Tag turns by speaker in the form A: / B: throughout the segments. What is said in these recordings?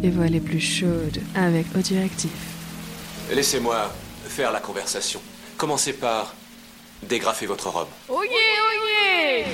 A: les voix les plus chaudes avec Audioactif.
B: Laissez-moi faire la conversation. Commencez par dégrafer votre robe.
C: Oh yeah, oh yeah!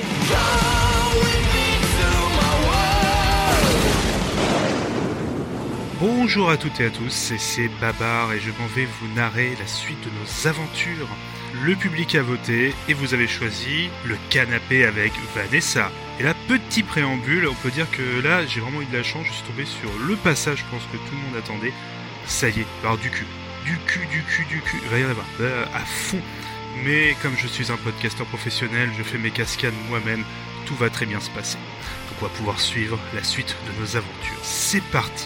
D: Bonjour à toutes et à tous, c'est Babar et je m'en vais vous narrer la suite de nos aventures. Le public a voté et vous avez choisi le canapé avec Vanessa. Et là, petit préambule, on peut dire que là, j'ai vraiment eu de la chance, je suis tombé sur le passage, je pense que tout le monde attendait. Ça y est, alors du cul. Du cul, il va y en avoir à fond. Mais comme je suis un podcasteur professionnel, je fais mes cascades moi-même, tout va très bien se passer. Donc on va pouvoir suivre la suite de nos aventures. C'est parti!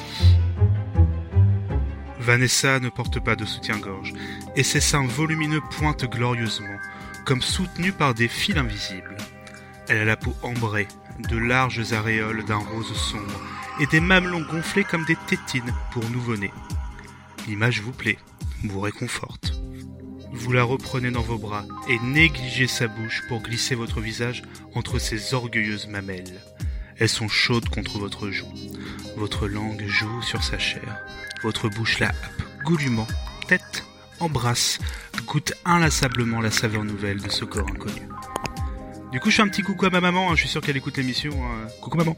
D: Vanessa ne porte pas de soutien-gorge, et ses seins volumineux pointent glorieusement, comme soutenus par des fils invisibles. Elle a la peau ambrée, de larges aréoles d'un rose sombre, et des mamelons gonflés comme des tétines pour nouveau-nés. L'image vous plaît, vous réconforte. Vous la reprenez dans vos bras, et négligez sa bouche pour glisser votre visage entre ses orgueilleuses mamelles. Elles sont chaudes contre votre joue. Votre langue joue sur sa chair. Votre bouche la happe goulûment, tête, embrasse, goûte inlassablement la saveur nouvelle de ce corps inconnu. Du coup, je fais un petit coucou à ma maman, je suis sûr qu'elle écoute l'émission. Coucou maman.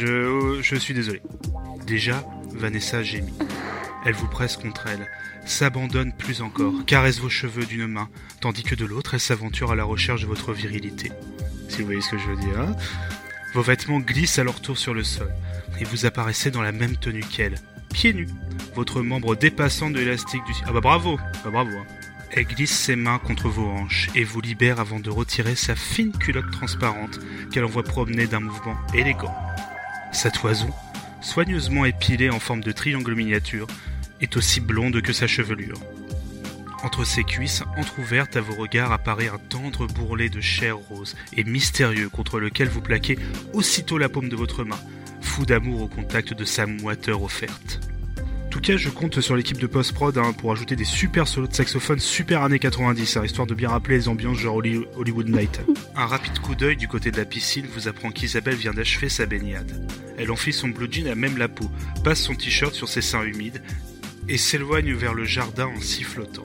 D: Je suis désolé. Déjà, Vanessa gémit. Elle vous presse contre elle, s'abandonne plus encore, caresse vos cheveux d'une main, tandis que de l'autre, elle s'aventure à la recherche de votre virilité. Si vous voyez ce que je veux dire, hein. Vos vêtements glissent à leur tour sur le sol, et vous apparaissez dans la même tenue qu'elle, pieds nus, votre membre dépassant de l'élastique du... Ah bah bravo, hein. Elle glisse ses mains contre vos hanches et vous libère avant de retirer sa fine culotte transparente qu'elle envoie promener d'un mouvement élégant. Sa toison, soigneusement épilée en forme de triangle miniature, est aussi blonde que sa chevelure. Entre ses cuisses entr'ouvertes à vos regards apparaît un tendre bourrelet de chair rose et mystérieux contre lequel vous plaquez aussitôt la paume de votre main, fou d'amour au contact de sa moiteur offerte. En tout cas, je compte sur l'équipe de post-prod pour ajouter des super solos de saxophone super années 90, histoire de bien rappeler les ambiances genre Hollywood Night. Un rapide coup d'œil du côté de la piscine vous apprend qu'Isabelle vient d'achever sa baignade. Elle enfile son blue jean à même la peau, passe son t-shirt sur ses seins humides et s'éloigne vers le jardin en sifflotant.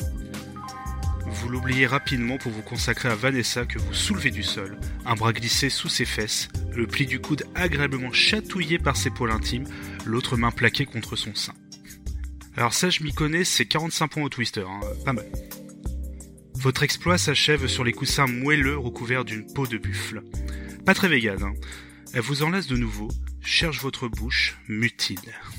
D: Vous l'oubliez rapidement pour vous consacrer à Vanessa que vous soulevez du sol, un bras glissé sous ses fesses, le pli du coude agréablement chatouillé par ses poils intimes, l'autre main plaquée contre son sein. Alors ça, je m'y connais, c'est 45 points au Twister, pas mal. Votre exploit s'achève sur les coussins moelleux recouverts d'une peau de buffle. Pas très vegan, Elle vous enlace de nouveau, cherche votre bouche, mutile.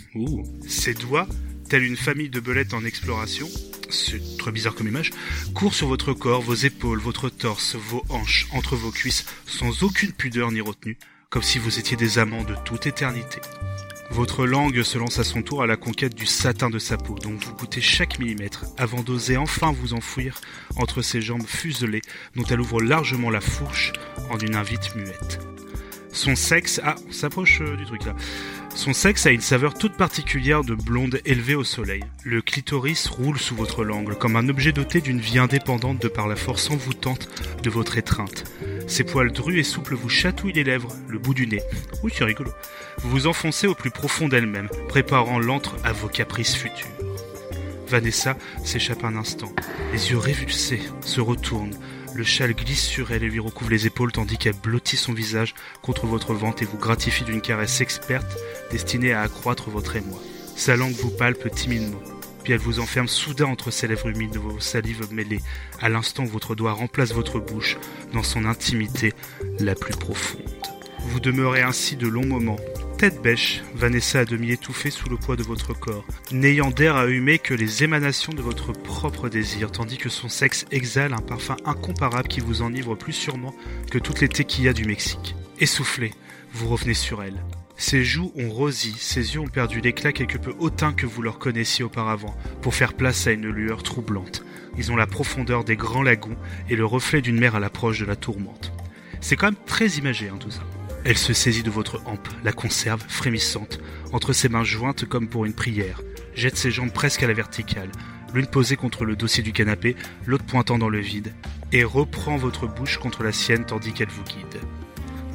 D: Ses doigts, telle une famille de belettes en exploration, c'est très bizarre comme image, courent sur votre corps, vos épaules, votre torse, vos hanches, entre vos cuisses, sans aucune pudeur ni retenue, comme si vous étiez des amants de toute éternité. Votre langue se lance à son tour à la conquête du satin de sa peau, dont vous goûtez chaque millimètre, avant d'oser enfin vous enfouir entre ses jambes fuselées, dont elle ouvre largement la fourche en une invite muette. Son sexe... on s'approche du truc là. Son sexe a une saveur toute particulière de blonde élevée au soleil. Le clitoris roule sous votre langue, comme un objet doté d'une vie indépendante de par la force envoûtante de votre étreinte. Ses poils drus et souples vous chatouillent les lèvres, le bout du nez. Oui, c'est rigolo. Vous vous enfoncez au plus profond d'elle-même, préparant l'antre à vos caprices futurs. Vanessa s'échappe un instant. Les yeux révulsés se retournent. Le châle glisse sur elle et lui recouvre les épaules tandis qu'elle blottit son visage contre votre ventre et vous gratifie d'une caresse experte destinée à accroître votre émoi. Sa langue vous palpe timidement, puis elle vous enferme soudain entre ses lèvres humides de vos salives mêlées, à l'instant où votre doigt remplace votre bouche dans son intimité la plus profonde. Vous demeurez ainsi de longs moments, tête bêche, Vanessa à demi étouffée sous le poids de votre corps, n'ayant d'air à humer que les émanations de votre propre désir, tandis que son sexe exhale un parfum incomparable qui vous enivre plus sûrement que toutes les tequillas du Mexique. Essoufflé, vous revenez sur elle. Ses joues ont rosi, ses yeux ont perdu l'éclat quelque peu hautain que vous leur connaissiez auparavant, pour faire place à une lueur troublante. Ils ont la profondeur des grands lagons et le reflet d'une mer à l'approche de la tourmente. C'est quand même très imagé, tout ça. Elle se saisit de votre hampe, la conserve, frémissante, entre ses mains jointes comme pour une prière, jette ses jambes presque à la verticale, l'une posée contre le dossier du canapé, l'autre pointant dans le vide, et reprend votre bouche contre la sienne tandis qu'elle vous guide.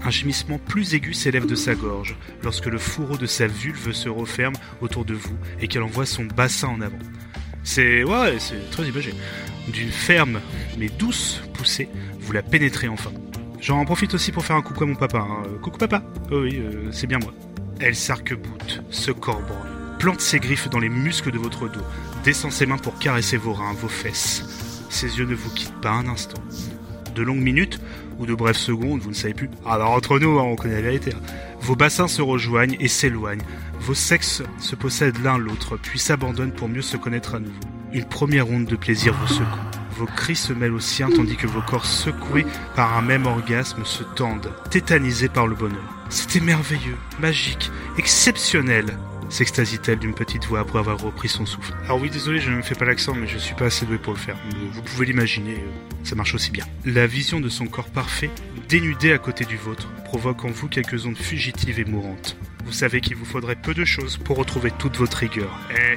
D: Un gémissement plus aigu s'élève de sa gorge lorsque le fourreau de sa vulve se referme autour de vous et qu'elle envoie son bassin en avant. C'est très imagé. D'une ferme mais douce poussée, vous la pénétrez enfin. J'en profite aussi pour faire un coucou à mon papa. Hein. Coucou papa. Oh oui, c'est bien moi. Elle s'arc-boute, se corbre, plante ses griffes dans les muscles de votre dos, descend ses mains pour caresser vos reins, vos fesses. Ses yeux ne vous quittent pas un instant. De longues minutes, ou de brèves secondes, vous ne savez plus. Alors entre nous, on connaît la vérité. Vos bassins se rejoignent et s'éloignent. Vos sexes se possèdent l'un l'autre, puis s'abandonnent pour mieux se connaître à nouveau. Une première onde de plaisir vous secoue. Vos cris se mêlent aux siens tandis que vos corps secoués par un même orgasme se tendent, tétanisés par le bonheur. C'était merveilleux, magique, exceptionnel, s'extasie-t-elle d'une petite voix après avoir repris son souffle. Alors oui, désolé, je ne me fais pas l'accent, mais je suis pas assez doué pour le faire. Vous pouvez l'imaginer, ça marche aussi bien. La vision de son corps parfait, dénudé à côté du vôtre, provoque en vous quelques ondes fugitives et mourantes. Vous savez qu'il vous faudrait peu de choses pour retrouver toute votre rigueur.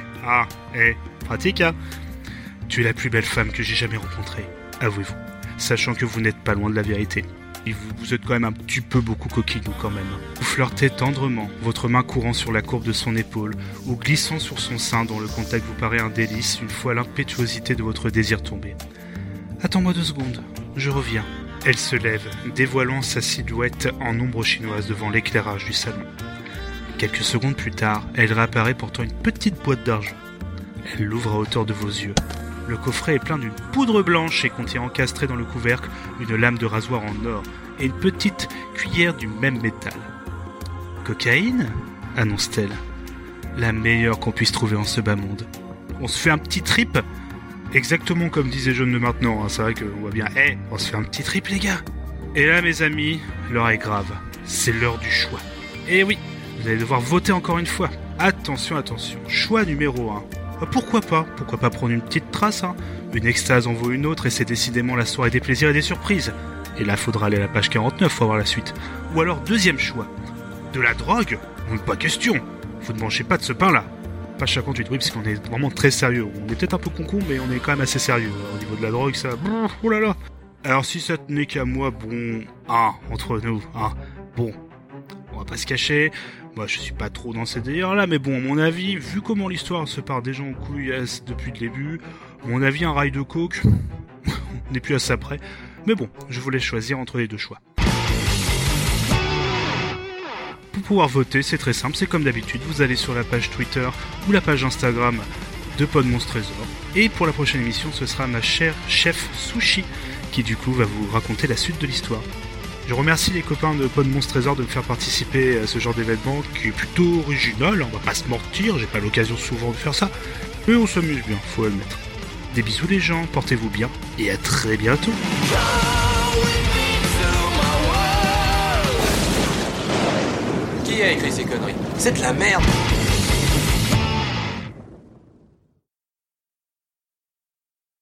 D: Pratique, hein. Tu es la plus belle femme que j'ai jamais rencontrée, avouez-vous, sachant que vous n'êtes pas loin de la vérité. Et vous êtes quand même un petit peu beaucoup coquinou quand même. Vous flirtez tendrement, votre main courant sur la courbe de son épaule, ou glissant sur son sein dont le contact vous paraît un délice une fois l'impétuosité de votre désir tombé. Attends-moi 2 secondes, je reviens. Elle se lève, dévoilant sa silhouette en ombre chinoise devant l'éclairage du salon. Quelques secondes plus tard, elle réapparaît portant une petite boîte d'argent. Elle l'ouvre à hauteur de vos yeux. Le coffret est plein d'une poudre blanche et contient encastrée dans le couvercle une lame de rasoir en or et une petite cuillère du même métal. « Cocaïne ?» annonce-t-elle. « La meilleure qu'on puisse trouver en ce bas monde. On se fait un petit trip ?» Exactement comme disent les jeunes de maintenant, hein. C'est vrai qu'on voit bien. On se fait un petit trip les gars. Et là mes amis, l'heure est grave. C'est l'heure du choix. Et oui, vous allez devoir voter encore une fois. Attention, choix numéro 1. Pourquoi pas prendre une petite trace, hein. Une extase en vaut une autre et c'est décidément la soirée des plaisirs et des surprises. Et là, faudra aller à la page 49 pour avoir la suite. Ou alors, deuxième choix. De la drogue ? Pas question. Vous ne branchez pas de ce pain-là. Page 58, oui, parce qu'on est vraiment très sérieux. On est peut-être un peu con, mais on est quand même assez sérieux. Au niveau de la drogue, ça... Oh là là. Alors, si ça tenait qu'à moi, entre nous, on va pas se cacher... Moi, je suis pas trop dans ces délires-là, mais bon, à mon avis, vu comment l'histoire se part déjà en couillasse depuis le début, à mon avis, un rail de coke, on n'est plus à ça près. Mais bon, je vous laisse choisir entre les 2 choix. Pour pouvoir voter, c'est très simple, c'est comme d'habitude, vous allez sur la page Twitter ou la page Instagram de Podmonstre Trésor. Et pour la prochaine émission, ce sera ma chère chef Sushi, qui du coup va vous raconter la suite de l'histoire. Je remercie les copains de Podmonstre Trésor de me faire participer à ce genre d'événement qui est plutôt original, on va pas se mentir, j'ai pas l'occasion souvent de faire ça, mais on s'amuse bien, faut admettre. Des bisous les gens, portez-vous bien, et à très bientôt.
B: Qui a écrit ces conneries ? C'est de la merde.